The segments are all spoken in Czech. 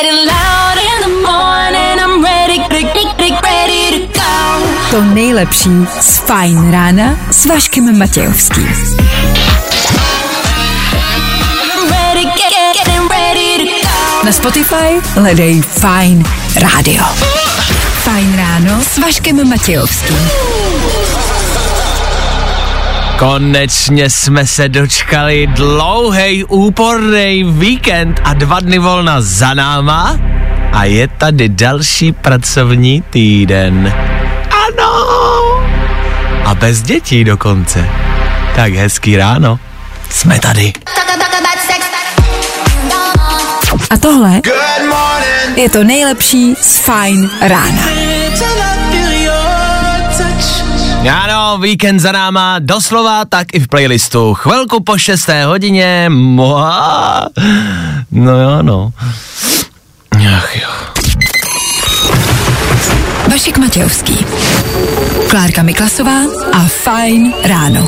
To nejlepší z Fajn rána s Vaškem Matějovským. Na Spotify hledej Fajn rádio. Fajn ráno s Vaškem Matějovským. Konečně jsme se dočkali, dlouhej, úpornej víkend a 2 dny volna za náma a je tady další pracovní týden. Ano! A bez dětí dokonce. Tak hezký ráno. Jsme tady. A tohle je to nejlepší z Fajn rána. Ano, víkend za náma, doslova tak i v playlistu. Chvilku po 6. hodině. No jo, no. Ach jo. Vašek Matějovský, Klárka Miklasová a Fajn ráno.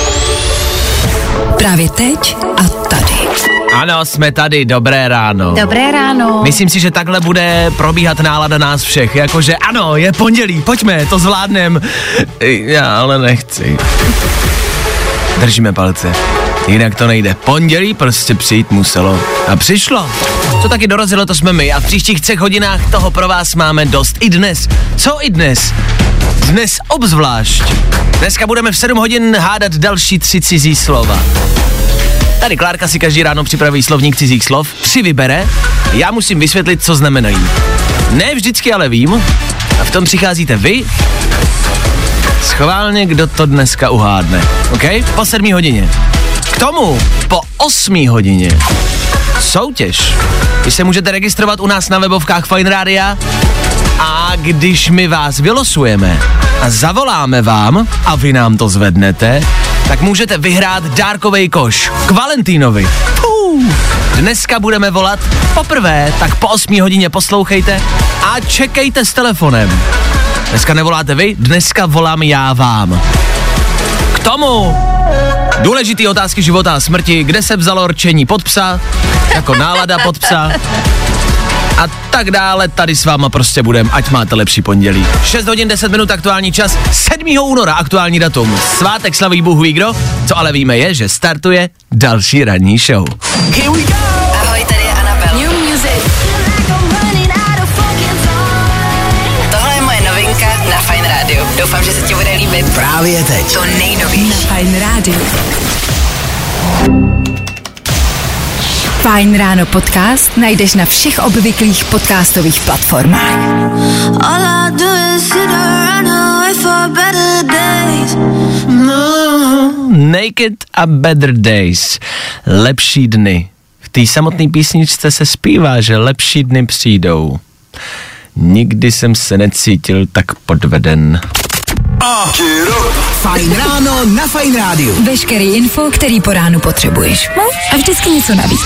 Právě teď a tady. Ano, jsme tady, dobré ráno. Dobré ráno. Myslím si, že takhle bude probíhat nálada nás všech, jakože ano, je pondělí, pojďme, to zvládnem. Já ale nechci. Držíme palce, jinak to nejde. Pondělí prostě přijít muselo. A přišlo. Co taky dorazilo, to jsme my a v příštích 3 hodinách toho pro vás máme dost. I dnes. Co i dnes? Dnes obzvlášť. Dneska budeme v 7 hodin hádat další 3 cizí slova. Tady Klárka si každý ráno připraví slovník cizích slov, 3 vybere, já musím vysvětlit, co znamenají. Ne vždycky, ale vím, a v tom přicházíte vy, schválně, kdo to dneska uhádne, OK? Po 7 hodině. K tomu po 8 hodině soutěž, když se můžete registrovat u nás na webovkách Fajn rádia a když my vás vylosujeme a zavoláme vám a vy nám to zvednete, tak můžete vyhrát dárkovej koš k Valentínovi. Dneska budeme volat poprvé, tak po 8 hodině poslouchejte a čekejte s telefonem. Dneska nevoláte vy, dneska volám já vám. K tomu důležitý otázky života a smrti, kde se vzalo rčení pod psa, jako nálada pod psa a tak dále, tady s váma prostě budem, ať máte lepší pondělí. 6 hodin 10 minut aktuální čas, 7. února aktuální datum. Svátek slaví Bůh ví kdo, co ale víme je, že startuje další ranní show. Here we go! Ahoj, tady je Anabel. New music. Tohle je moje novinka na Fajn rádiu. Doufám, že se ti bude líbit. Právě teď. To nejnovější. Na Fajn rádiu. Fajn ráno podcast najdeš na všech obvyklých podcastových platformách. Naked a Better Days. Lepší dny. V té samotné písničce se zpívá, že lepší dny přijdou. Nikdy jsem se necítil tak podveden. Fajn ráno na Fajn rádiu. Veškerý info, který po ránu potřebuješ. No? A vždycky něco navíc.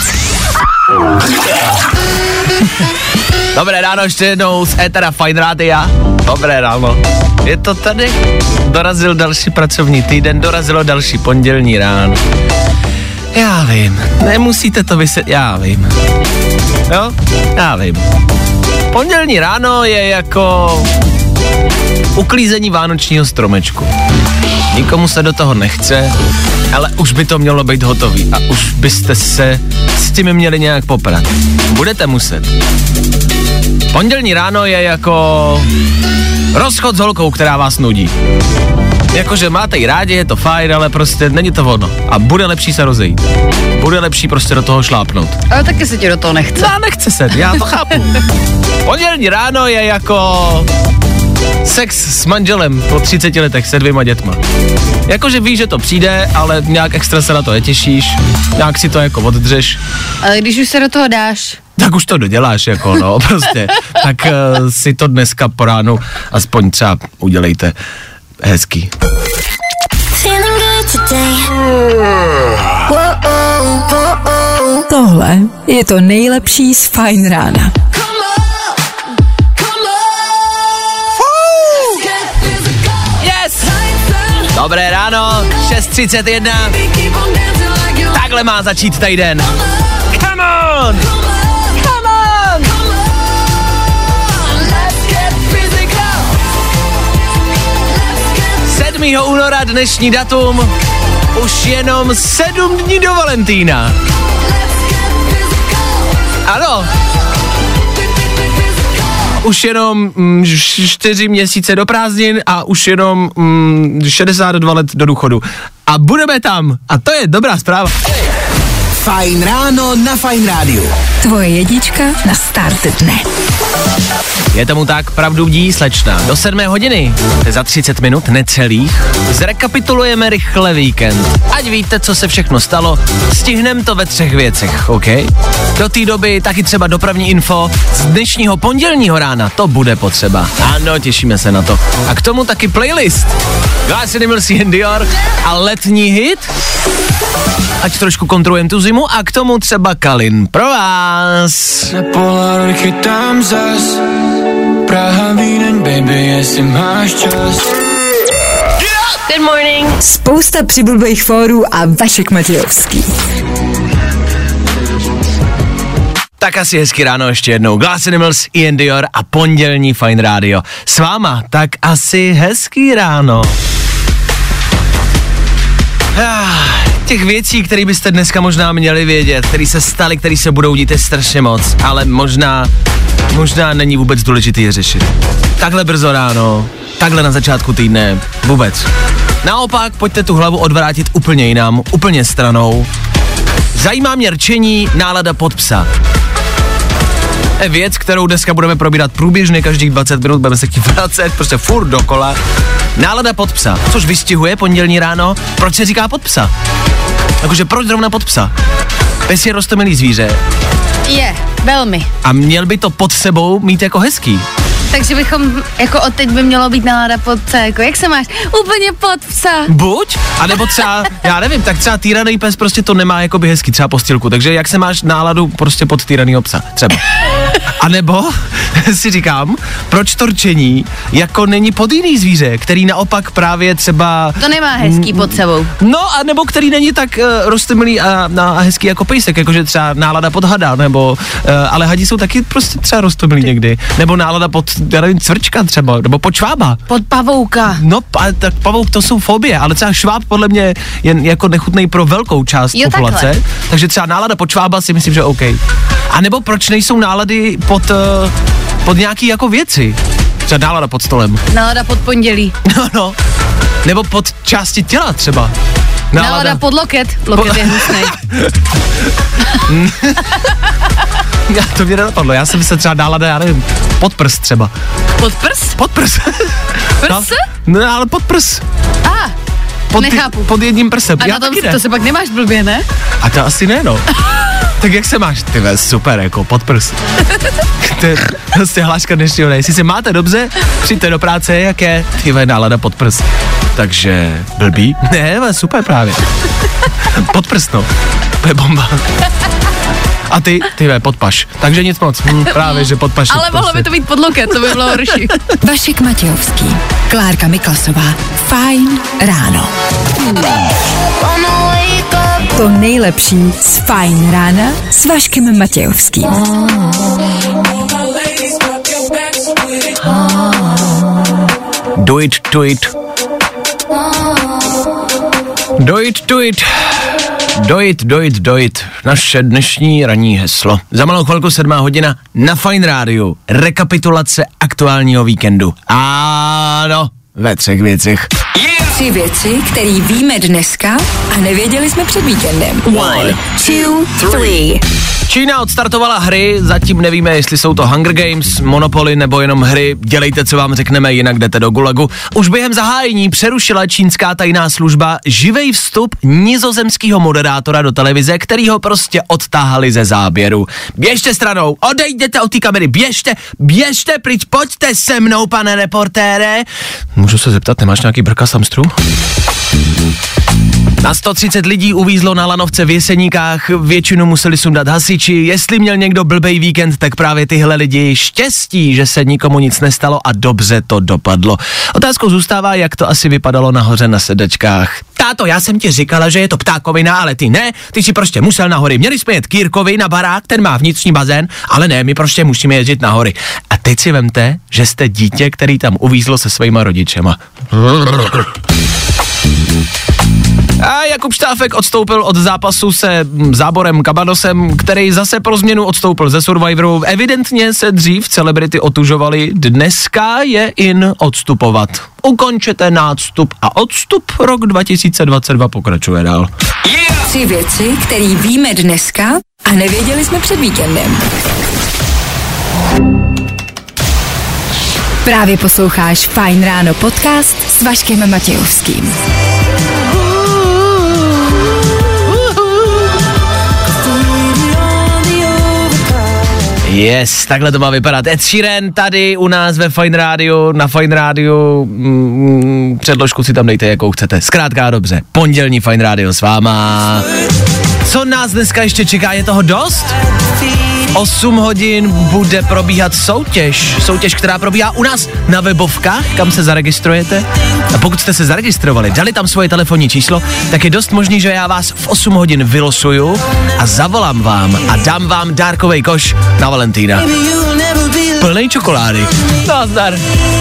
Dobré ráno ještě jednou z étera Fajn rádia. Dobré ráno. Je to tady. Dorazil další pracovní týden, dorazilo další pondělní ráno. Já vím. Nemusíte to vysvětlit. Já vím. Jo? Já vím. Pondělní ráno je jako uklízení vánočního stromečku. Nikomu se do toho nechce, ale už by to mělo být hotový a už byste se s tím měli nějak poprat. Budete muset. Pondělní ráno je jako rozchod s holkou, která vás nudí. Jakože máte ji rádi, je to fajn, ale prostě není to ono. A bude lepší se rozejít. Bude lepší prostě do toho šlápnout. Ale taky se ti do toho nechce. No, nechce se, já to chápu. Pondělní ráno je jako sex s manželem po 30 letech se 2 dětma. Jakože víš, že to přijde, ale nějak extra se na to netěšíš, nějak si to jako oddřeš. Ale když už se do toho dáš, tak už to doděláš, jako no, prostě. Tak si to dneska po ránu aspoň třeba udělejte hezký. Tohle je to nejlepší z Fajn rána. Yes! Dobré ráno, 6:31. Takhle má začít týden. Come on! Come on! 8. února dnešní datum, už jenom 7 dní do Valentína. Ano. Už jenom 4 měsíce do prázdnin a už jenom 62 let do důchodu. A budeme tam. A to je dobrá zpráva. Fajn ráno na Fajn rádiu. Tvoje jednička na start dne. Je tomu tak, pravdu dí slečna. Do 7 hodiny, za 30 minut necelých, zrekapitulujeme rychle víkend. Ať víte, co se všechno stalo, stihnem to ve 3 věcech, OK? Do té doby taky třeba dopravní info z dnešního pondělního rána, to bude potřeba. Ano, těšíme se na to. A k tomu taky playlist. Glass Animals and Dior a letní hit. Ať trošku kontrolujeme tu zimu a k tomu třeba Kalin pro vás. Good morning. Spousta přibulbých fórů a Vašek Matějovský. Tak asi hezky ráno ještě jednou. Glass Animals, Ian Dior a pondělní Fajn rádio. S váma, tak asi hezký ráno. Těch věcí, které byste dneska možná měli vědět, které se staly, které se budou dít, je strašně moc, ale možná není vůbec důležitý je řešit. Takhle brzo ráno, takhle na začátku týdne, vůbec. Naopak, pojďte tu hlavu odvrátit úplně jinam, úplně stranou. Zajímá mě rčení, nálada pod psa. Je věc, kterou dneska budeme probírat průběžně, každých 20 minut budeme se chtít vracet, prostě furt dokola. Nálada pod psa, což vystihuje pondělní ráno, proč se říká pod psa. Jakože proč zrovna pod psa? Pes je roztomilý zvíře. Je, velmi. A měl by to pod sebou mít jako hezký. Takže bychom, jako od teď by mělo být nálada pod psa, jako jak se máš? Úplně pod psa. Buď, anebo třeba, já nevím, tak třeba týraný pes prostě to nemá jakoby hezký, třeba postýlku, takže jak se máš náladu prostě pod týranýho psa, třeba. A nebo si říkám, proč to rčení jako není pod jiný zvíře, který naopak právě třeba... To nemá hezký pod sebou. No, a nebo který není tak roztomilý a hezký jako pejsek, jakože třeba nálada pod hada, nebo, ale hadi jsou taky prostě třeba roztomilý někdy, nebo nálada pod, já nevím, cvrčka třeba, nebo pod švába. Pod pavouka. No, tak pavouk to jsou fobie, ale třeba šváb podle mě je jako nechutnej pro velkou část populace, takhle. Takže třeba nálada pod švába si myslím, že OK. A nebo proč nejsou nálady pod nějaký jako věci? Třeba nálada pod stolem. Nálada pod pondělí. No. Nebo pod části těla třeba. Nálada pod loket. Loket je hnusnej. To mě nenapadlo, já jsem myslel třeba nálada, já nevím, pod prs třeba. Pod prs? Pod prs. Prs? No, ale pod prs. Nechápu. Pod jedním prsem. A já na tom, taky ne. To se pak nemáš blbě, ne? A to asi ne, no. Tak jak se máš? Ty super, jako pod prs. To je prostě hláška dnešního dne. Jestli se máte dobře, přijďte do práce, jak je, nálada pod prs. Takže blbý? Ne, ale super právě. Pod prs, no. To je bomba. A ty podpaš. Takže nic moc. Právě, že podpaš. Ale mohlo by to být pod loket, to by bylo horší. Vašek Matějovský, Klárka Miklasová, Fajn ráno. To nejlepší z Fajn rána s Vaškem Matějovským. Do it. Do it. Naše dnešní ranní heslo. Za malou chvilku 7 hodina na Fajn rádiu. Rekapitulace aktuálního víkendu. Ano, ve 3 věcech. 3 věci, které víme dneska a nevěděli jsme před víkendem. 1, 2, 3. Čína odstartovala hry, zatím nevíme, jestli jsou to Hunger Games, Monopoly nebo jenom hry. Dělejte, co vám řekneme, jinak jdete do gulagu. Už během zahájení přerušila čínská tajná služba živej vstup nizozemského moderátora do televize, který ho prostě odtáhali ze záběru. Běžte stranou, odejděte od té kamery, běžte pryč, pojďte se mnou, pane reportére. Můžu se zeptat, nemáš nějaký brka samstru? Na 130 lidí uvízlo na lanovce v Jeseníkách, většinu museli sundat hasiči, jestli měl někdo blbej víkend, tak právě tyhle lidi štěstí, že se nikomu nic nestalo a dobře to dopadlo. Otázkou zůstává, jak to asi vypadalo nahoře na sedačkách. Táto, já jsem ti říkala, že je to ptákovina, ale ty ne, ty si prostě musel nahory. Měli jsme jet k Jirkovi na barák, ten má vnitřní bazén, ale ne, my prostě musíme jezdit nahory. A teď si vemte, že jste dítě, který tam uvízlo se svýma rodičema. A Jakub Štáfek odstoupil od zápasu se Záborem Kabanosem, který zase pro změnu odstoupil ze Survivoru. Evidentně se dřív celebrity otužovali, dneska je in odstupovat. Ukončete nástup a odstup, rok 2022 pokračuje dál. Yeah! 3 věci, které víme dneska a nevěděli jsme před víkendem. Právě posloucháš Fajn ráno podcast s Vaškem Matějovským. Yes, takhle to má vypadat. Ed Sheeran tady u nás ve Fajn rádiu, na Fajn rádiu, předložku si tam dejte, jakou chcete. Zkrátka dobře, pondělní Fajn rádio s váma. Co nás dneska ještě čeká, je toho dost? 8 hodin bude probíhat soutěž, která probíhá u nás na webovkách, kam se zaregistrujete. A pokud jste se zaregistrovali, dali tam svoje telefonní číslo, tak je dost možný, že já vás v 8 hodin vylosuju a zavolám vám a dám vám dárkovej koš na Valentína. Plnej čokolády. Nazdar.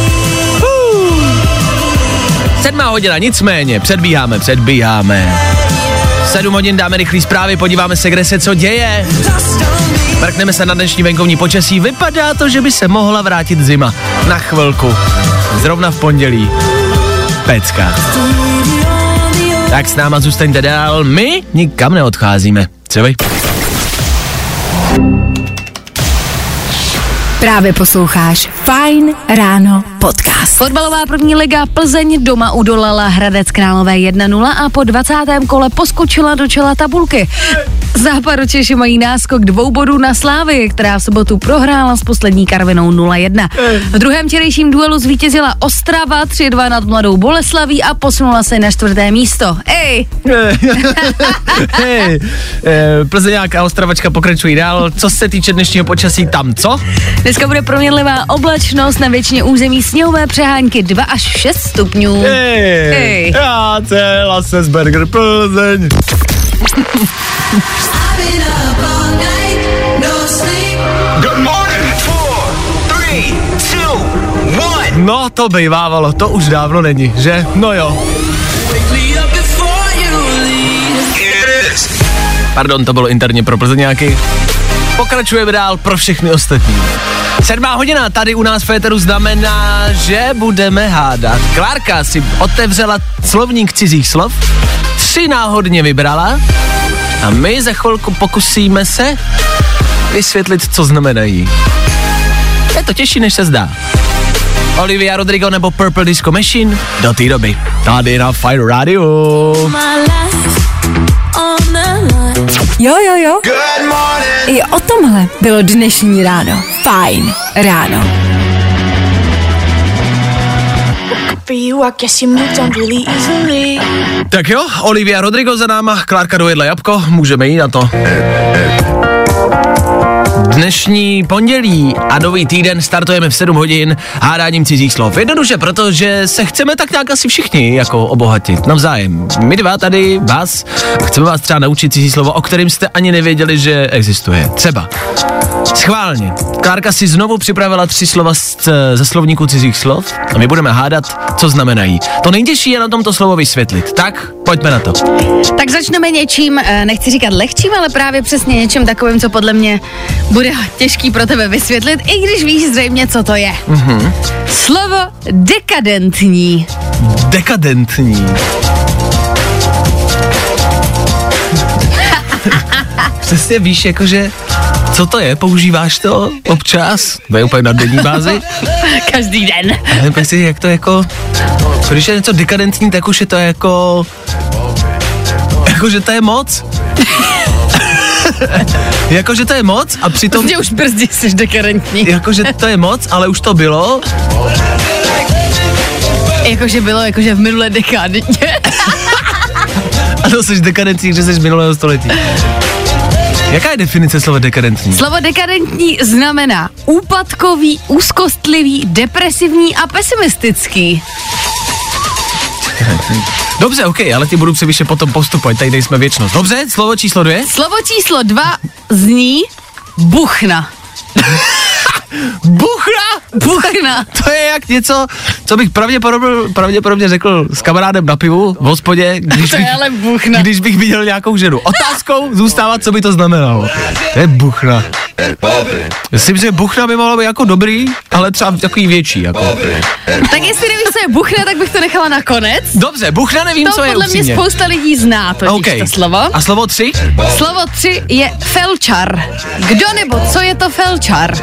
7 hodina, nicméně, předbíháme. 7 hodin dáme rychlý zprávy, podíváme se, kde se co děje. Mrkneme se na dnešní venkovní počasí, vypadá to, že by se mohla vrátit zima. Na chvilku. Zrovna v pondělí. Pecka. Tak s náma zůstaňte dál, my nikam neodcházíme. Co vy? Právě posloucháš Fajn ráno podcast. Fotbalová první liga, Plzeň doma udolala Hradec Králové 1-0 a po 20. kole poskočila do čela tabulky. Západočeši mají náskok 2 bodů na Slávii, která v sobotu prohrála s poslední Karvinou 0-1. V druhém včerejším duelu zvítězila Ostrava 3-2 nad Mladou Boleslaví a posunula se na 4. místo. Plzeňák a Ostravačka pokračují dál. Co se týče dnešního počasí, tam co? Dneska bude proměnlivá oblačnost, na většině území sněhové přehánky 2 až 6 stupňů. Já celá se z Berger Plzeň. No, to bejvávalo, to už dávno není, že? No jo. Pardon, to bylo interně pro Plzeňáky. Pokračujeme dál pro všechny ostatní. 7 hodina tady u nás v éteru znamená, že budeme hádat. Klárka si otevřela slovník cizích slov, 3 náhodně vybrala a my za chvilku pokusíme se vysvětlit, co znamenají. Je to těžší, než se zdá. Olivia Rodrigo nebo Purple Disco Machine do té doby. Tady na Fire Radio. Jo. I o tomhle bylo dnešní ráno. Fajn ráno. Tak jo, Olivia Rodrigo za náma, Klárka dojedla jabko, můžeme jít na to. Dnešní pondělí a nový týden startujeme v 7 hodin hádáním cizích slov. Jednoduše proto, že se chceme tak nějak asi všichni jako obohatit navzájem. My dva tady, vás, chceme vás třeba naučit cizí slovo, o kterém jste ani nevěděli, že existuje. Třeba. Schválně. Klárka si znovu připravila 3 slova ze slovníku cizích slov a my budeme hádat, co znamenají. To nejtěžší je na tomto slovo vysvětlit. Tak, pojďme na to. Tak začneme něčím, nechci říkat lehčím, ale právě přesně něčím takovým, co podle mě bude těžký pro tebe vysvětlit, i když víš zřejmě, co to je. Slovo dekadentní. Dekadentní. Přesně víš, jakože, co to je? Používáš to občas? To je úplně na denní bázi? Každý den. Ale prostě jak to jako, když je něco dekadentní, tak už je to jako že to je moc. Jakože to je moc a přitom... Prostě už brzdí, jsi dekadentní. Jakože to je moc, ale už to bylo. Jakože bylo, jakože v minulé dekádě. A to jsi dekadentní, že jsi z minulého století. Jaká je definice slova dekadentní? Slovo dekadentní znamená úpadkový, úzkostlivý, depresivní a pesimistický. Dobře, ale ty budu převyše potom postupovat, tady nejsme věčnost. Dobře, slovo číslo 2? Slovo číslo 2 zní buchna. Buchna! To je jak něco, co bych pravděpodobně řekl s kamarádem na pivu v hospodě, když bych viděl nějakou ženu. Otázkou zůstává, co by to znamenalo. To je buchna. Myslím, že buchna by mohla být jako dobrý, ale třeba takový větší. Jako. Tak jestli nevíš, co je buchna, tak bych to nechala na konec. Dobře, buchna nevím, to co je upřímně. To podle mě spousta lidí zná totiž to slovo. A slovo 3? Slovo 3 je felčar. Kdo nebo co je to felčar?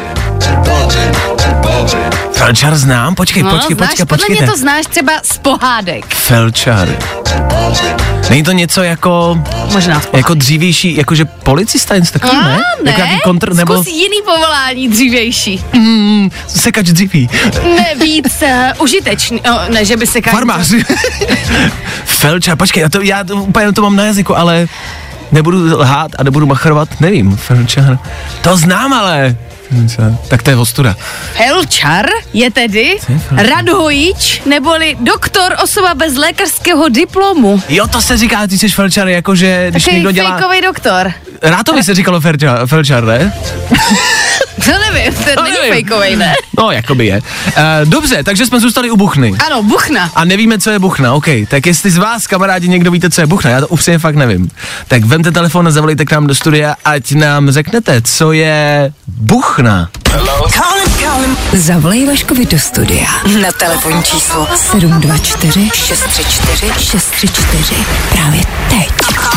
Felčar znám? Počkej. Podle mě to znáš třeba z pohádek. Felčar. Není to něco jako... Možná jako dřívější, jakože policista, něco takový, ne? Ne, jako zkus jiný povolání dřívější. Sekač dříví. Ne, víc užitečný, ne, že by sekač... Farmář. Felčar, počkej, já úplně to mám na jazyku, ale nebudu lhát a nebudu machrovat, nevím, felčar. To znám, ale... Tak to je ostuda. Felčar je tedy radhojič, neboli doktor, osoba bez lékařského diplomu. Jo, to se říká, ty jsi felčar, jakože když někdo dělá... fejkovej doktor. Rátovi se říkalo felčar, ne? To nevím, to není fejkovej, ne? No, jakoby je. Dobře, takže jsme zůstali u buchny. Ano, buchna. A nevíme, co je buchna, tak jestli z vás, kamarádi, někdo víte, co je buchna, já to upřímně fakt nevím. Tak vemte telefon a zavolejte k nám do studia, ať nám řeknete, co je buchna. Zavolej Vaškovi do studia na telefonní číslo 724 634 634 právě teď.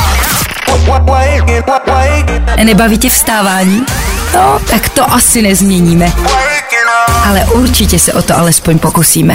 Nebaví tě vstávání? No, tak to asi nezměníme. Ale určitě se o to alespoň pokusíme.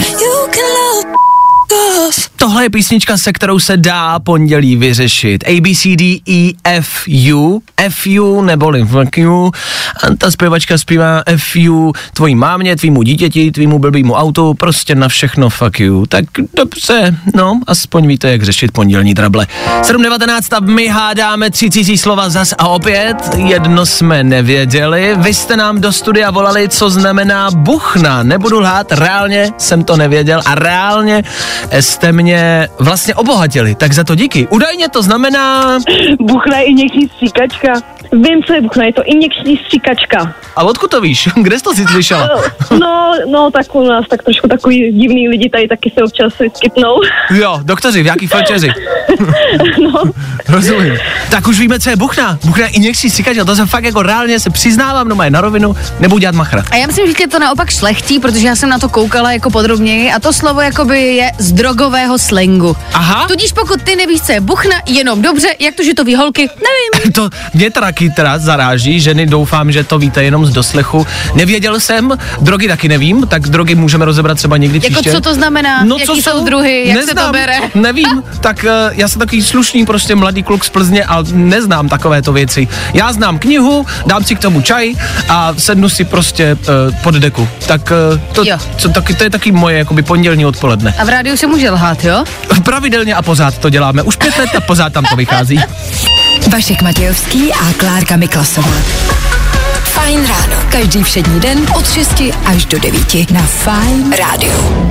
Tohle je písnička, se kterou se dá pondělí vyřešit. ABCDEFU, FU neboli fuck you. A ta zpěvačka zpívá FU tvojí mámě, tvýmu dítěti, tvýmu blbýmu autu, prostě na všechno fuck you. Tak dobře, no, aspoň víte, jak řešit pondělní trable. 7:19 a my hádáme 3 cizí slova zas a opět. Jedno jsme nevěděli. Vy jste nám do studia volali, co znamená buchna. Nebudu lhát, reálně jsem to nevěděl a reálně jste mě vlastně obohatili, tak za to díky. Údajně to znamená... Buchna je injekční stříkačka. Vím, co je buchna, je to injekční stříkačka. A odkud to víš? Kde jsi to si slyšela? No, tak u nás tak trošku takový divný lidi tady taky se občas vyskytnou. Jo, doktoři, v jaký felčeři? No. Rozumím. Tak už víme, co je buchna. Buchna je injekční stříkačka, to se fakt jako reálně se přiznávám, no na rovinu, nebudu dělat machra. A já myslím, že tě to naopak šlechtí, protože já jsem na to koukala jako podrobněji a to slovo jakoby je z drogového slangu. Aha. Tudíž pokud ty nevíš, co je buchna, jenom dobře, jak to, že to ví holky, nevím. To mě teda zaráží, ženy, doufám, že to víte jenom z doslechu. Nevěděl jsem, drogy taky nevím, tak drogy můžeme rozebrat třeba někdy příště. Jako co to znamená, no, jaký jsou druhy, jak se to bere? Nevím, tak já jsem takový slušný prostě mladý kluk z Plzně a neznám takovéto věci. Já znám knihu, dám si k tomu čaj a sednu si prostě pod deku. Tak to je taky moje jakoby pondělní odpoledne. A v rádiu se může lhát, jo? Pravidelně a pořád to děláme. Už 5 let a pořád tam to vychází. Vašek Matějovský a Klárka Miklasová. Fajn ráno. Každý všední den od 6 až do 9 na Fajn rádiu.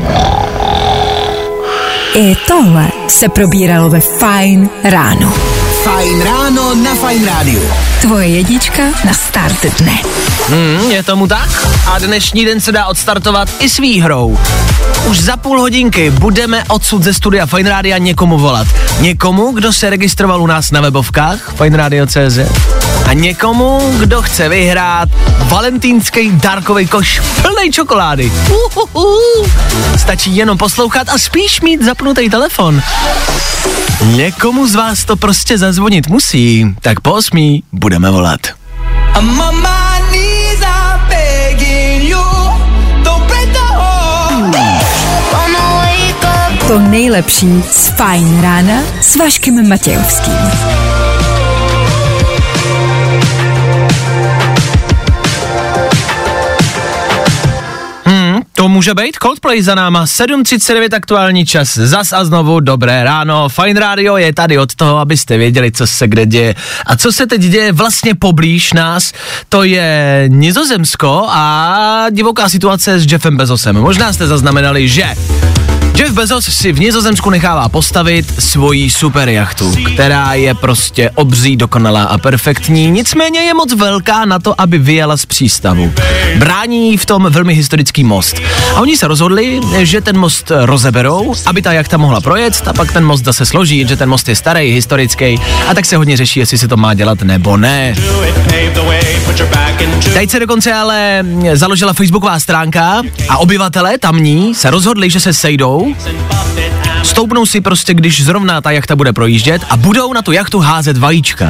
I tohle se probíralo ve Fajn ráno. Fajn ráno na Fajn rádiu. Tvoje jedička na start dne. Je tomu tak? A dnešní den se dá odstartovat i s výhrou. Už za půl hodinky budeme odsud ze studia Fajn rádia někomu volat. Někomu, kdo se registroval u nás na webovkách fajnradio.cz a někomu, kdo chce vyhrát valentýnský dárkový koš plnej čokolády. Stačí jenom poslouchat a spíš mít zapnutý telefon. Někomu z vás to prostě zazvonit musí, tak po 8 budeme volat. To nejlepší z Fajn rána s Vaškem Matějovským. může být? Coldplay za náma, 7:39 aktuální čas, zas a znovu dobré ráno. Fajn rádio je tady od toho, abyste věděli, co se kde děje. A co se teď děje vlastně poblíž nás, to je Nizozemsko a divoká situace s Jeffem Bezosem. Možná jste zaznamenali, že Jeff Bezos si v Nizozemsku nechává postavit svoji super jachtu, která je prostě obří, dokonalá a perfektní, nicméně je moc velká na to, aby vyjela z přístavu. Brání jí v tom velmi historický most. A oni se rozhodli, že ten most rozeberou, aby ta jachta mohla projet, a pak ten most zase složí, že ten most je starý, historický, a tak se hodně řeší, jestli se to má dělat nebo ne. Teď se dokonce ale založila facebooková stránka a obyvatelé tamní se rozhodli, že se sejdou, stoupnou si prostě, když zrovna ta jachta bude projíždět a budou na tu jachtu házet vajíčka.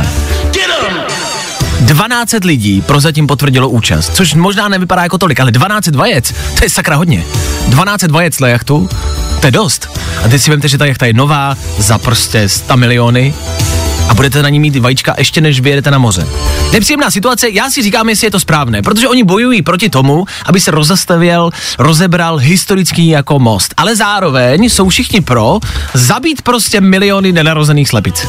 12 lidí prozatím potvrdilo účast, což možná nevypadá jako tolik, ale 12 vajec, to je sakra hodně. 12 vajec na jachtu, to je dost. A teď si vemte, že ta jachta je nová za prostě 100 miliony a budete na ní mít vajíčka ještě než vyjedete na moře. Nepříjemná situace, já si říkám, jestli je to správné, protože oni bojují proti tomu, aby se rozebral historický jako most. Ale zároveň jsou všichni pro zabít prostě miliony nenarozených slepic.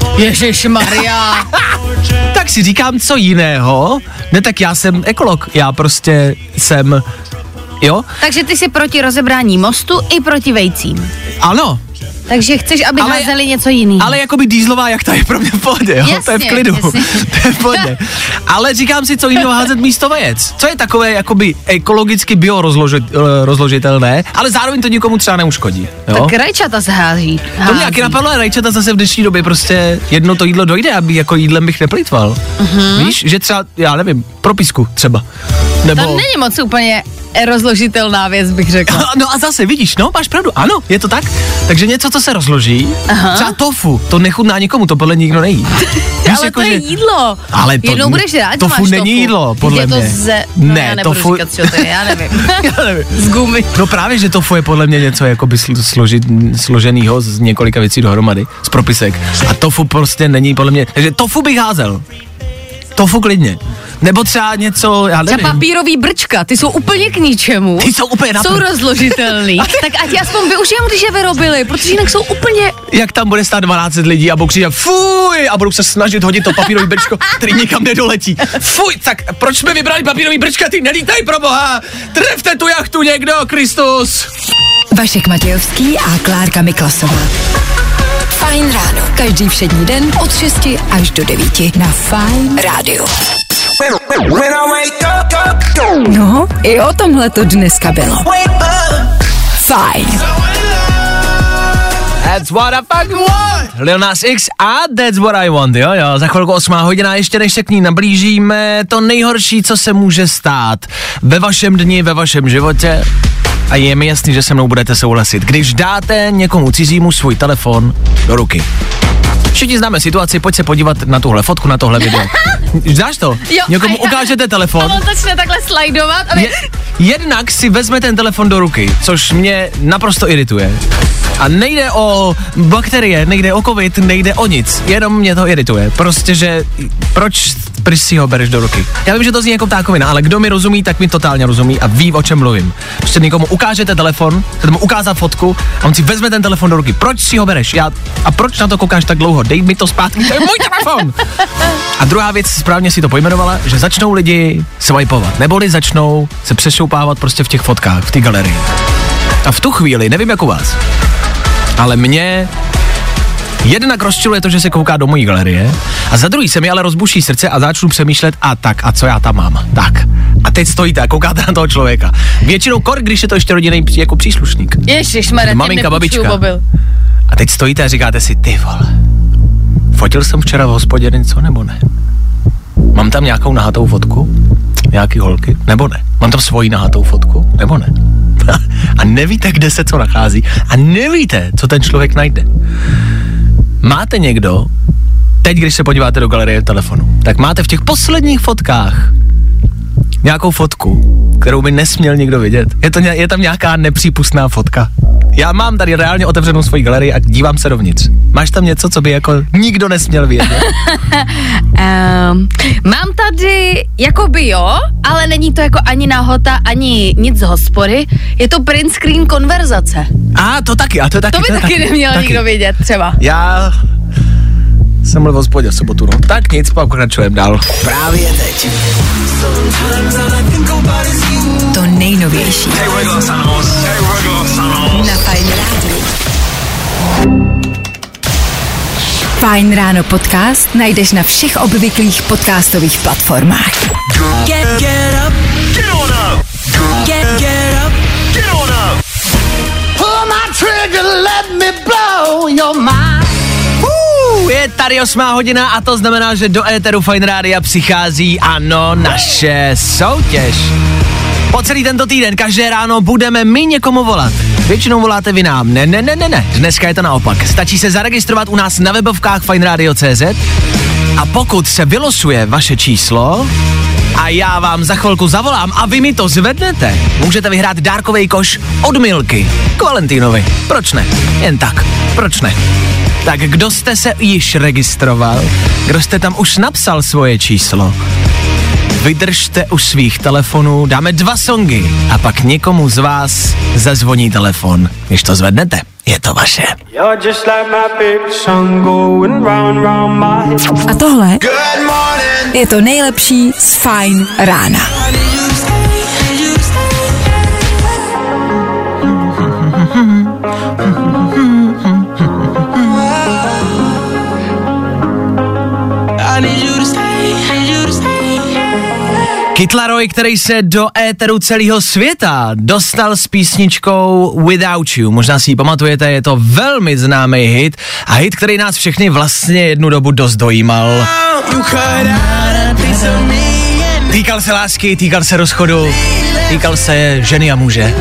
Ježišmarja. Tak si říkám, co jiného. Ne, tak já jsem ekolog, já prostě jsem, jo? Takže ty jsi proti rozebrání mostu i proti vejcím. Ano. Takže chceš, aby házeli něco jiného. Ale jakoby dýzlová jachta je pro mě v pohodě, jo? Jasně, to je v klidu. Jasně. To je v pohodě. Ale říkám si, co jiného házet místo vajec. Co je takové jakoby ekologicky biorozložitelné, ale zároveň to nikomu třeba neuškodí. Jo? Tak rajčata se hází. To mě taky napadlo, a rajčata zase v dnešní době prostě jedno to jídlo dojde, aby jako jídlem bych neplýtval. Víš, že třeba, já nevím, propisku třeba. Nebo... To není moc úplně rozložitelná věc, bych řekla. No a zase, vidíš, no, máš pravdu, ano, je to tak. Takže něco, co se rozloží, třeba tofu, to nechutná nikomu, to podle nikdo nejí. Ale jako, to je jídlo. Ale to, jednou budeš rád, tofu máš není jídlo, podle mě. No, ne, já nebudu říkat, co to je, já nevím. Z gumy. No právě, že tofu je podle mě něco jakoby složenýho z několika věcí dohromady, z propisek. A tofu prostě není podle mě, takže tofu bych házel. Tofu klidně. Nebo třeba něco, já nevím. Třeba papírový brčka, ty jsou úplně k ničemu. Ty jsou úplně Jsou rozložitelný. Tak ať aspoň využijeme, když je vyrobili, protože jinak jsou úplně... Jak tam bude stát 12 lidí a budou křičet fuj a budou se snažit hodit to papírový brčko, který nikam nedoletí. Fuj, tak proč jsme vybrali papírový brčka, ty nelítaj pro boha. Trefte tu jachtu někdo, Kristus. Vašek Matějovský a Klárka Miklasová. Fajn ráno. Každý všední den od 6 až do 9 na Fajn rádiu. No, i o tomhle to dneska bylo. Fajn. That's what I fucking want. Lil Nas X a That's what I want, jo. Za chvilku 8 hodina, ještě než se k ní nablížíme, to nejhorší, co se může stát ve vašem dni, ve vašem životě. A je mi jasný, že se mnou budete souhlasit, když dáte někomu cizímu svůj telefon do ruky. Všichni známe situaci, pojď se podívat na tuhle fotku, na tohle video. Znáš to? Jo, někomu ukážete telefon. A on začne takhle slajdovat. Jednak si vezme ten telefon do ruky, což mě naprosto irituje. A nejde o bakterie, nejde o covid, nejde o nic, jenom mě to irituje. Prostě, že proč si ho bereš do ruky? Já vím, že to zní jako ptákovina, ale kdo mi rozumí, tak mi totálně rozumí a ví, o čem mluvím. Prostě někomu ukážete telefon, chcete mu ukázat fotku a on si vezme ten telefon do ruky. Proč si ho bereš? A proč na to koukáš tak dlouho? Dej mi to zpátky, to je můj telefon! A druhá věc, správně si to pojmenovala, že začnou lidi swipovat, neboli začnou se přešoupávat prostě v těch fotkách, v té galerii. A v tu chvíli, nevím jak u vás, ale mě jednak rozčiluje to, že se kouká do mojí galerie a za druhý se mi ale rozbuší srdce a začnu přemýšlet a co já tam mám. Tak. A teď stojíte a koukáte na toho člověka. Většinou když je to ještě rodinný jako příslušník. Ježišmarja, maminka, babička. Mobil. A teď stojíte a říkáte si, ty vole, fotil jsem včera v hospodě něco nebo ne? Mám tam nějakou nahatou fotku? Nějaký holky? Nebo ne? Mám tam svoji nahatou fotku? Nebo ne? A nevíte, kde se co nachází. A nevíte, co ten člověk najde. Máte někdo, teď když se podíváte do galerie telefonu, tak máte v těch posledních fotkách nějakou fotku, kterou by nesměl nikdo vidět. Je tam nějaká nepřípustná fotka. Já mám tady reálně otevřenou svoji galerii a dívám se dovnitř. Máš tam něco, co by jako nikdo nesměl vědět? Mám tady jakoby jo, ale není to jako ani nahota, ani nic z hospody. Je to print screen konverzace. To taky. To by taky neměl nikdo vědět třeba. Já jsem mluvil v hospodě v sobotu, no. Tak nic, pokračujeme dál. Právě teď. To nejnovější. Na Fajn rádiu. Fajn ráno podcast najdeš na všech obvyklých podcastových platformách. Get up. Get on up. Get up. Get on up. Pull my trigger, let me blow your mind. Je tady 8 hodina a to znamená, že do éteru Fajn rádia přichází, ano, naše soutěž. Po celý tento týden, každé ráno budeme my někomu volat. Většinou voláte vy nám. Ne. Dneska je to naopak. Stačí se zaregistrovat u nás na webovkách fajnradio.cz a pokud se vylosuje vaše číslo a já vám za chvilku zavolám a vy mi to zvednete, můžete vyhrát dárkový koš od Milky k Valentínovi. Proč ne? Jen tak. Proč ne? Tak kdo jste se již registroval? Kdo jste tam už napsal svoje číslo? Vydržte u svých telefonů, dáme 2 songy a pak někomu z vás zazvoní telefon. Když to zvednete, je to vaše. A tohle je to nejlepší z Fajn rána. Kid Laroi, který se do éteru celého světa dostal s písničkou Without You. Možná si ji pamatujete, je to velmi známý hit a hit, který nás všechny vlastně jednu dobu dost dojímal. Týkal se lásky, týkal se rozchodu, týkal se ženy a muže.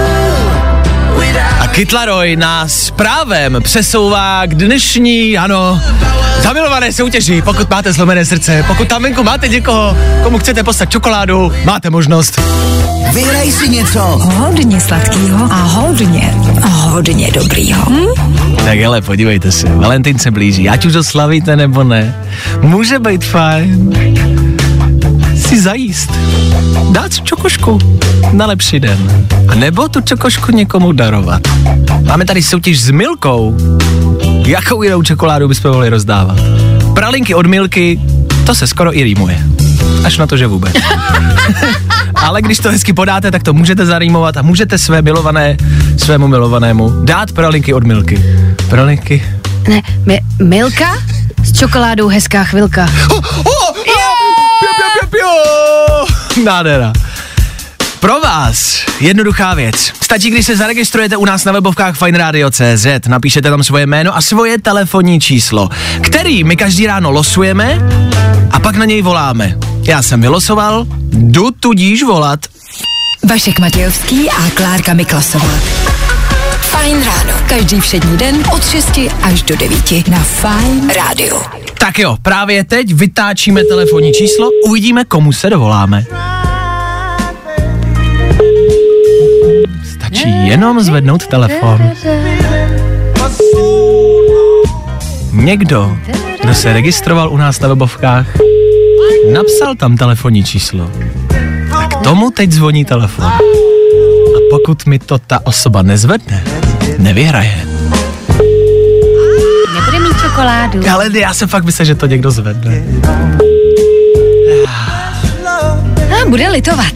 A Kid Laroi nás právem přesouvá k dnešní, zamilované soutěži. Pokud máte zlomené srdce, pokud tam venku máte někoho, komu chcete poslat čokoládu, máte možnost. Vyhraj si něco Hodně sladkýho a hodně dobrýho. Tak hele, podívejte se, Valentín se blíží, ať už ho slavíte nebo ne, může být fajn si zajíst, dát čokošku na lepší den, a nebo tu čokošku někomu darovat. Máme tady soutěž s Milkou. Jakou jinou čokoládu bychom mohli rozdávat? Pralinky od Milky, to se skoro i rýmuje. Až na to, že vůbec. Ale když to hezky podáte, tak to můžete zarýmovat a můžete svému milovanému dát pralinky od Milky. Pralinky? Ne, Milka s čokoládou hezká chvilka. Nádhera. Pro vás jednoduchá věc. Stačí, když se zaregistrujete u nás na webovkách fajnradio.cz, napíšete tam svoje jméno a svoje telefonní číslo, který my každý ráno losujeme a pak na něj voláme. Já jsem vylosoval, jdu tudíž volat. Vašek Matějovský a Klárka Miklasová. Fajn ráno. Každý všední den od 6 až do 9 na Fajn rádiu. Tak jo, právě teď vytáčíme telefonní číslo, uvidíme, komu se dovoláme. Stačí jenom zvednout telefon. Někdo, kdo se registroval u nás na webovkách, napsal tam telefonní číslo. A k tomu teď zvoní telefon. A pokud mi to ta osoba nezvedne, nevyhraje. Nebude mít čokoládu. Ale já jsem fakt myslel, že to někdo zvedne. Bude litovat.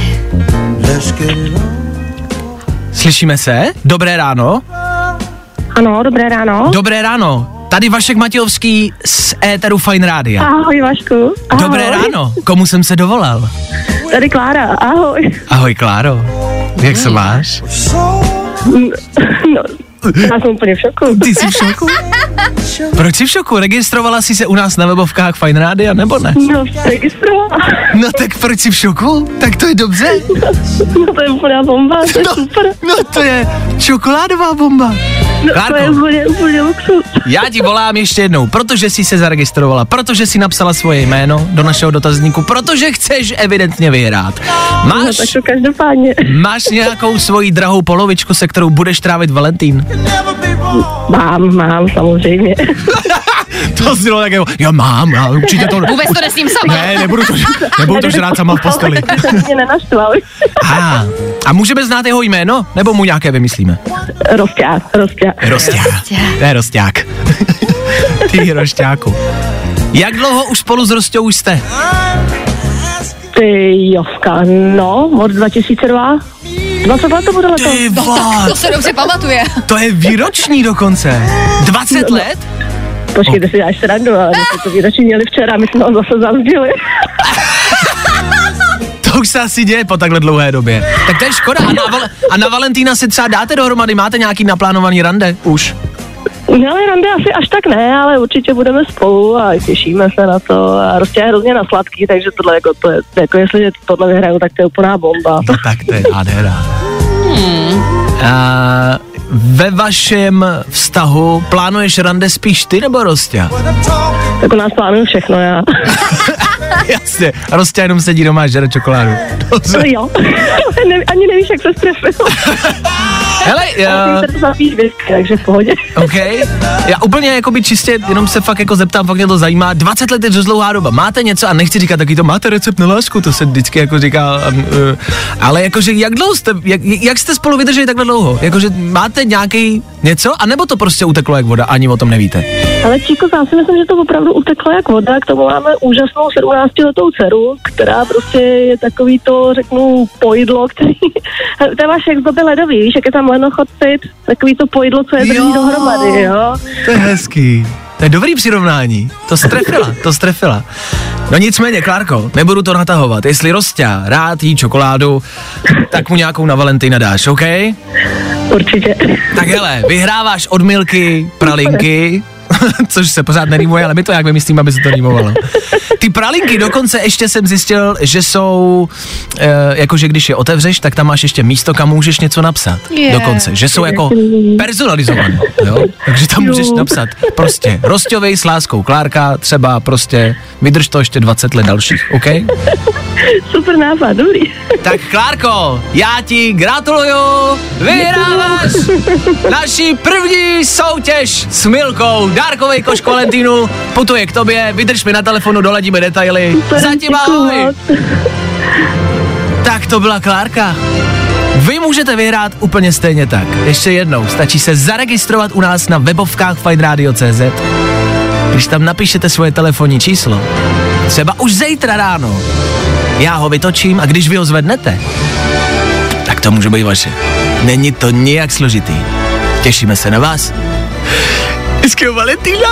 Slyšíme se? Dobré ráno? Ano, dobré ráno. Dobré ráno. Tady Vašek Matějovský z éteru Fajn rádia. Ahoj, Vašku. Ahoj. Dobré ráno. Komu jsem se dovolal? Tady Klára, ahoj. Ahoj, Kláro. Jak se máš? No, já jsem úplně v šoku. Ty jsi v šoku? Proč jsi v šoku? Registrovala jsi se u nás na webovkách Fajn rádia, nebo ne? No, registrovala. No tak proč jsi v šoku? Tak to je dobře. No, to je úplná bomba, to je super. No to je čokoládová bomba. No, Klárko, to je úplně luxus. já ti volám ještě jednou, protože jsi se zaregistrovala, protože jsi napsala svoje jméno do našeho dotazníku, protože chceš evidentně vyhrát. No, tak to každopádně. Máš nějakou svoji drahou polovičku, se kterou budeš trávit Valentín? Mám, samozřejmě. To znělo tak jako, já určitě to... Vůbec to nesním sama. Ne, nebudu to žrát sama v posteli. Tak se mě nenaštval. A můžeme znát jeho jméno? Nebo mu nějaké vymyslíme? Rosťák. To je Rosťák. Ty Rosťáku. Jak dlouho už spolu s Rosťou jste? Ty Jovka, no, od 2002. 20 let to bude letos. Ty To se dobře pamatuje. To je výroční dokonce. 20 let? Počkejte si, dáš srandu, ale my jsme to výročí měli včera, my jsme ho zase zavřeli. To už se asi děje po takhle dlouhé době. Tak to je škoda. A na Valentína si třeba dáte dohromady? Máte nějaký naplánovaný rande už? No, rande asi až tak ne, ale určitě budeme spolu a těšíme se na to. A prostě je hrozně na sladký, takže tohle jako jestli tohle vyhraju, tak to je úplná bomba. No tak to je nádhera. Ve vašem vztahu plánuješ rande spíš ty nebo Rosťa? Tak u nás plánuju všechno, já. Jasně, Rosťa jenom sedí doma a žere čokoládu. No jo, ani nevíš, jak se strefil. Hele, takže v pohodě. OK. Já úplně jakoby čistě, jenom se fakt jako zeptám, fakt mě to zajímá. 20 let je dost dlouhá doba. Máte něco, a nechci říkat taky to, máte recept na lásku, to se vždycky jako říká, ale jakože jak dlouho jste, jak jste spolu vydrželi takhle dlouho? Jakože máte nějaký něco, anebo to prostě uteklo jak voda, ani o tom nevíte? Ale Číko, já si myslím, že to opravdu uteklo jak voda, k tomu máme úžasnou 17letou dceru, která prostě je takový to, řeknu, pojídlo, který, to je váš jak zdobě ledový, víš, jak je tam lenochocit, takový to pojídlo, co je drží dohromady, jo. To je hezký. To je dobrý přirovnání. To strefila. No nicméně, Klárko, nebudu to natahovat. Jestli Rosťa rád jí čokoládu, tak mu nějakou na Valentína dáš, OK? Určitě. Tak hele, vyhráváš od Milky pralinky, což se pořád nerýmuje, ale my to jak vymyslím, aby se to rýmovalo. Ty pralinky dokonce ještě jsem zjistil, že jsou, jakože když je otevřeš, tak tam máš ještě místo, kam můžeš něco napsat. Dokonce, že jsou jako personalizované, jo? Takže tam můžeš napsat prostě Rosťovej s láskou Klárka, třeba prostě vydrž to ještě 20 let dalších, OK? Super nápad, dobrý. Tak Klárko, já ti gratuluju, vyhráváš naší první soutěž s Milkou. Dárkovej koš k Valentínu putuje k tobě, vydrž mi na telefonu, doladíme detaily. Zatím ahoj. Tak to byla Klárka. Vy můžete vyhrát úplně stejně tak. Ještě jednou, stačí se zaregistrovat u nás na webovkách fajnradio.cz. Když tam napíšete svoje telefonní číslo, třeba už zítra ráno, já ho vytočím a když vy ho zvednete, tak to může být vaše. Není to nijak složitý. Těšíme se na vás. Hezkého Valentína.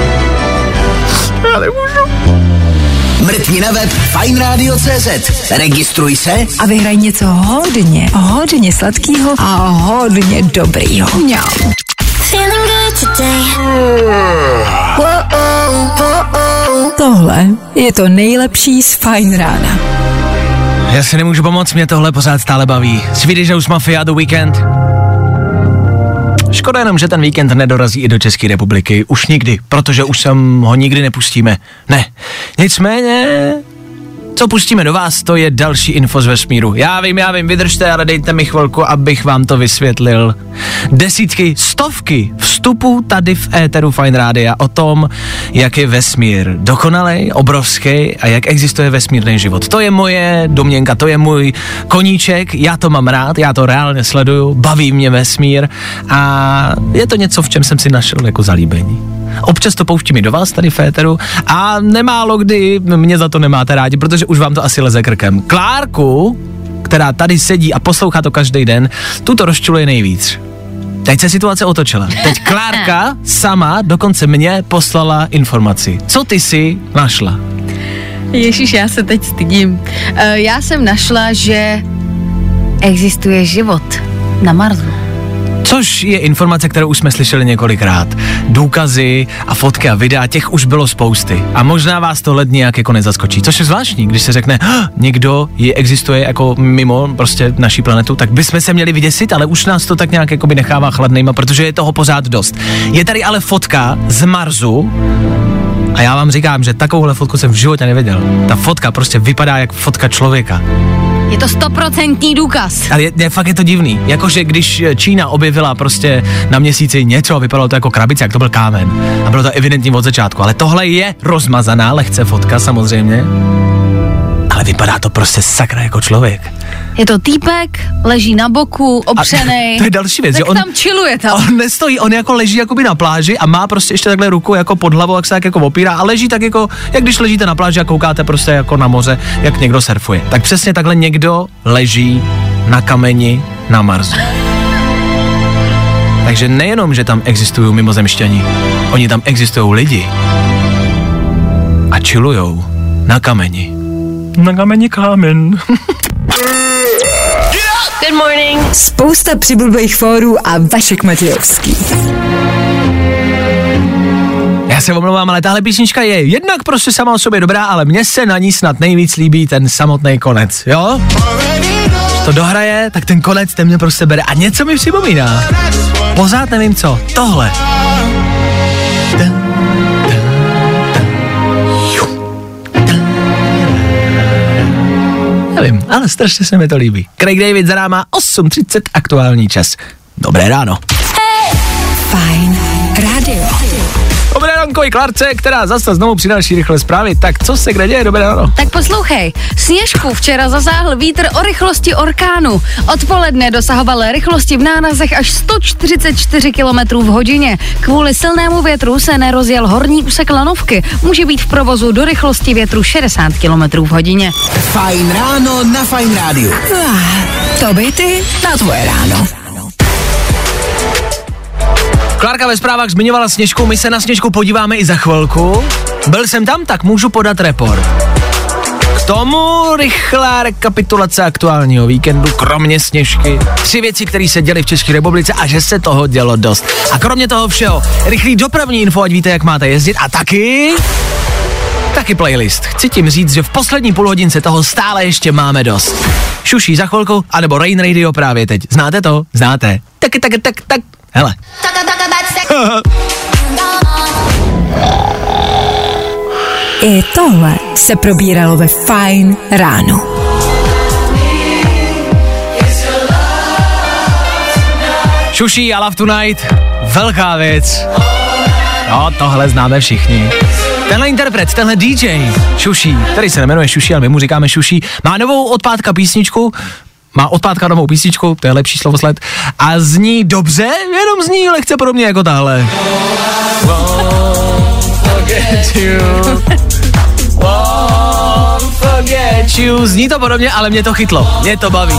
Ale můžu. Mrkni na web fajnradio.cz, registruj se A vyhraj něco hodně sladkýho a hodně dobrýho. Mňau. Tohle je to nejlepší z Fajn rána. Já si nemůžu pomoct, mě tohle pořád stále baví. Swedish House Mafia The Weekend. Škoda jenom, že ten víkend nedorazí i do České republiky. Už nikdy, protože už sem ho nikdy nepustíme. Ne. Nicméně, co pustíme do vás, to je další info z vesmíru. Já vím, vydržte, ale dejte mi chvilku, abych vám to vysvětlil. Desítky, stovky vstupů tady v éteru Fajn Rádia o tom, jak je vesmír dokonalej, obrovský a jak existuje vesmírný život. To je moje domněnka, to je můj koníček, já to mám rád, já to reálně sleduju, baví mě vesmír a je to něco, v čem jsem si našel jako zalíbení. Občas to pouštím i do vás tady v éteru a nemálo kdy mě za to nemáte rádi, protože už vám to asi leze krkem. Klárku, která tady sedí a poslouchá to každý den, tu to rozčuluje nejvíc. Teď se situace otočila. Teď Klárka sama dokonce mě poslala informaci. Co ty si našla? Ježíš, já se teď stydím. Já jsem našla, že existuje život na Marsu. Což je informace, kterou už jsme slyšeli několikrát. Důkazy a fotky a videa, těch už bylo spousty. A možná vás to led nějak jako nezaskočí. Což je zvláštní, když se řekne, někdo existuje jako mimo prostě naší planetu, tak bychom se měli vyděsit, ale už nás to tak nějak jakoby nechává chladnejma, protože je toho pořád dost. Je tady ale fotka z Marsu a já vám říkám, že takovouhle fotku jsem v životě neviděl. Ta fotka prostě vypadá jak fotka člověka. Je to 100% důkaz. Ale fakt je to divný. Jakože když Čína objevila prostě na Měsíci něco a vypadalo to jako krabice, jak to byl kámen. A bylo to evidentní od začátku. Ale tohle je rozmazaná lehce fotka samozřejmě. Ale vypadá to prostě sakra jako člověk. Je to týpek, leží na boku, opřenej. To je další věc. Tak On tam chilluje tam. On nestojí, on jako leží jakoby na pláži a má prostě ještě takhle ruku jako pod hlavou, jak se tak jako opírá a leží tak jako, jak když ležíte na pláži a koukáte prostě jako na moře, jak někdo surfuje. Tak přesně takhle někdo leží na kameni na Marsu. Takže nejenom, že tam existují mimozemšťani, oni tam existují lidi a chillujou na kameni. Na kameni kámen. Good morning. Spousta přibulbých fórů a Vašek Matějovský. Já se omlouvám, ale tahle písnička je jednak prostě sama o sobě dobrá, ale mně se na ní snad nejvíc líbí ten samotný konec, jo? Když to dohraje, tak ten konec ten mě prostě bere a něco mi připomíná. Pořád nevím co, tohle. Nevím, ale strašně se mi to líbí. Craig David za náma, 8:30 aktuální čas. Dobré ráno. Fajn rádio. Dobré ránko i Klárce, která zase znovu přináší rychle zprávy. Tak co se kde děje? Dobré ráno. Tak poslouchej, Sněžku včera zasáhl vítr o rychlosti orkánu. Odpoledne dosahoval rychlosti v nárazech až 144 km v hodině. Kvůli silnému větru se nerozjel horní úsek lanovky. Může být v provozu do rychlosti větru 60 km v hodině. Fajn ráno na Fajn rádiu. To by ty na tvoje ráno. Klárka ve zprávách zmiňovala Sněžku, my se na Sněžku podíváme i za chvilku. Byl jsem tam, tak můžu podat report. K tomu rychlá rekapitulace aktuálního víkendu, kromě Sněžky. 3 věci, které se děly v České republice a že se toho dělo dost. A kromě toho všeho, rychlý dopravní info, ať víte, jak máte jezdit a taky playlist. Chci tím říct, že v poslední půlhodince toho stále ještě máme dost. Šuší za chvilku, anebo Rain Radio právě teď. Znáte to? Znáte. Tak. Hele. I tohle se probíralo ve Fajn ráno. Šuší a Love Tonight, velká věc. No, tohle známe všichni. Tenhle interpret, tenhle DJ, Šuší, který se nemenuje Šuší, ale my mu říkáme Šuší, má novou od pátka písničku, novou písničku, to je lepší slovosled, a zní dobře, jenom zní lehce podobně jako tahle. Won't forget you. Zní to podobně, ale mě to chytlo, mě to baví.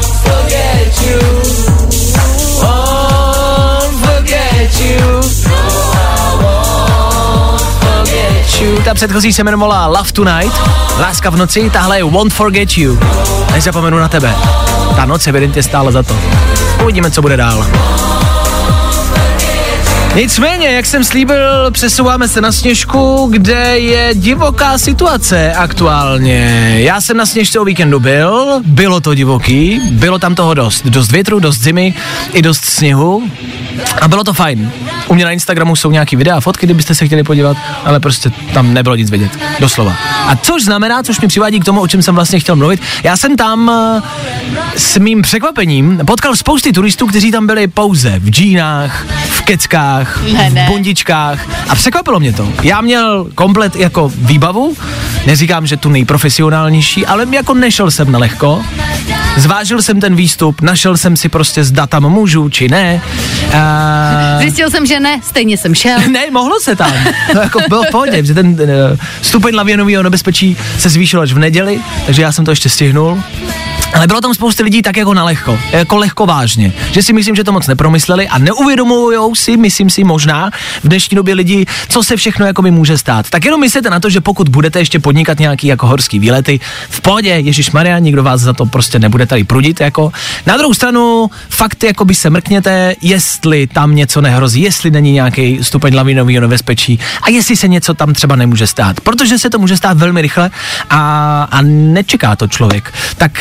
Ta předchozí se jmenovala Love Tonight, Láska v noci, tahle je Won't Forget You. Nezapomenu na tebe. Ta noc evidentně stála za to. Uvidíme, co bude dál. Nicméně, jak jsem slíbil, přesouváme se na Sněžku, kde je divoká situace aktuálně. Já jsem na Sněžce o víkendu bylo to divoký, bylo tam toho dost větru, dost zimy, i dost sněhu a bylo to fajn. U mě na Instagramu jsou nějaký videa, fotky, kdybyste se chtěli podívat, ale prostě tam nebylo nic vidět, doslova. A což znamená, což mě přivádí k tomu, o čem jsem vlastně chtěl mluvit, já jsem tam s mým překvapením potkal spousty turistů, kteří tam byli pouze v džínách, v keckách, v bundičkách a překvapilo mě to. Já měl komplet jako výbavu, neříkám, že tu nejprofesionálnější, ale jako nešel jsem na lehko. Zvážil jsem ten výstup, našel jsem si prostě zda tam můžu, či ne. Zjistil jsem, že ne, stejně jsem šel. Ne, mohlo se tam. To jako bylo v pohodě, že ten stupeň lavinového nebezpečí se zvýšil až v neděli, takže já jsem to ještě stihnul. Ale bylo tam spousta lidí tak jako na lehko, jako lehko vážně, že si myslím, že to moc nepromysleli a neuvědomujou si, myslím si možná v dnešní době lidi, co se všechno jako mi může stát. Tak jenom myslete na to, že pokud budete ještě podnikat nějaký jako horský výlety, v pohodě, ježišmarja, nikdo vás za to prostě nebude tady prudit jako. Na druhou stranu, fakt jako by se mrkněte, jestli tam něco nehrozí, jestli není nějaký stupeň lavinového nebezpečí a jestli se něco tam třeba nemůže stát, protože se to může stát velmi rychle a nečeká to člověk. Tak se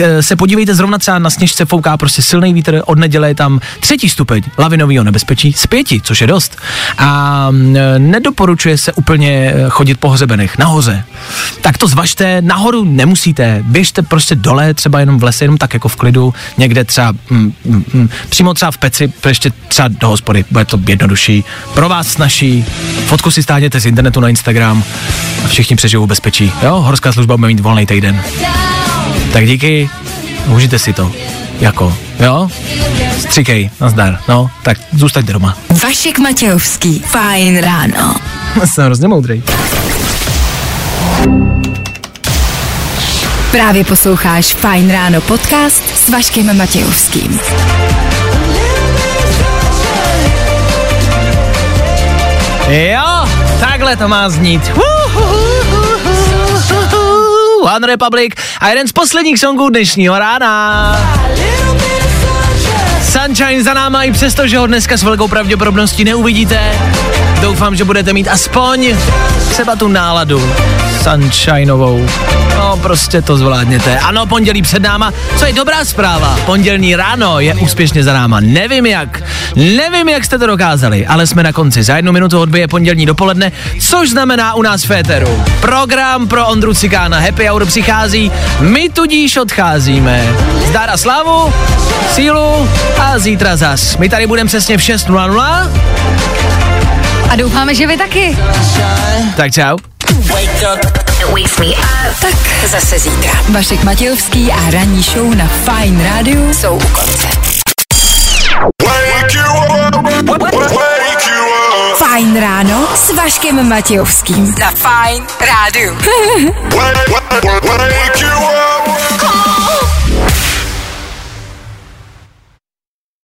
podívejte, zrovna třeba na Sněžce fouká prostě silný vítr, od neděle je tam 3. stupeň lavinového nebezpečí z 5, což je dost. A nedoporučuje se úplně chodit po hřebenech, nahoře. Tak to zvažte, nahoru nemusíte, běžte prostě dole, třeba jenom v lese, jenom tak jako v klidu, někde třeba přímo třeba v peci, ještě třeba do hospody, bude to jednodušší, pro vás snažší, fotku si stáhněte z internetu na Instagram a všichni přežijou bezpečí, jo, horská služba bude mít volný týden. Tak díky, užijte si to, jako, jo, stříkej, nazdar, no, tak zůstaňte doma. Vašek Matějovský, Fajn ráno. Jsem hrozně moudrej. Právě posloucháš Fajn ráno podcast s Vaškem Matějovským. Jo, takhle to má znít. One Republic a jeden z posledních songů dnešního rána. Sunshine za náma, i přesto, že ho dneska s velkou pravděpodobností neuvidíte. Doufám, že budete mít aspoň třeba tu náladu sunshineovou. No, prostě to zvládněte. Ano, pondělí před náma, co je dobrá zpráva. Pondělní ráno je úspěšně za náma. Nevím jak jste to dokázali, ale jsme na konci. Za 1 minutu odbije pondělní dopoledne, což znamená u nás v éteru program pro Ondru Cikána. Happy Hour přichází, my tudíž odcházíme. Zdar a slávu, sílu a zítra zas. My tady budeme přesně v 6:00. A doufáme, že vy taky. Tak čau. Tak zase zítra. Vašek Matějovský a ranní show na Fajn rádiu jsou u konce. Fajn ráno s Vaškem Matějovským. Na Fajn rádiu.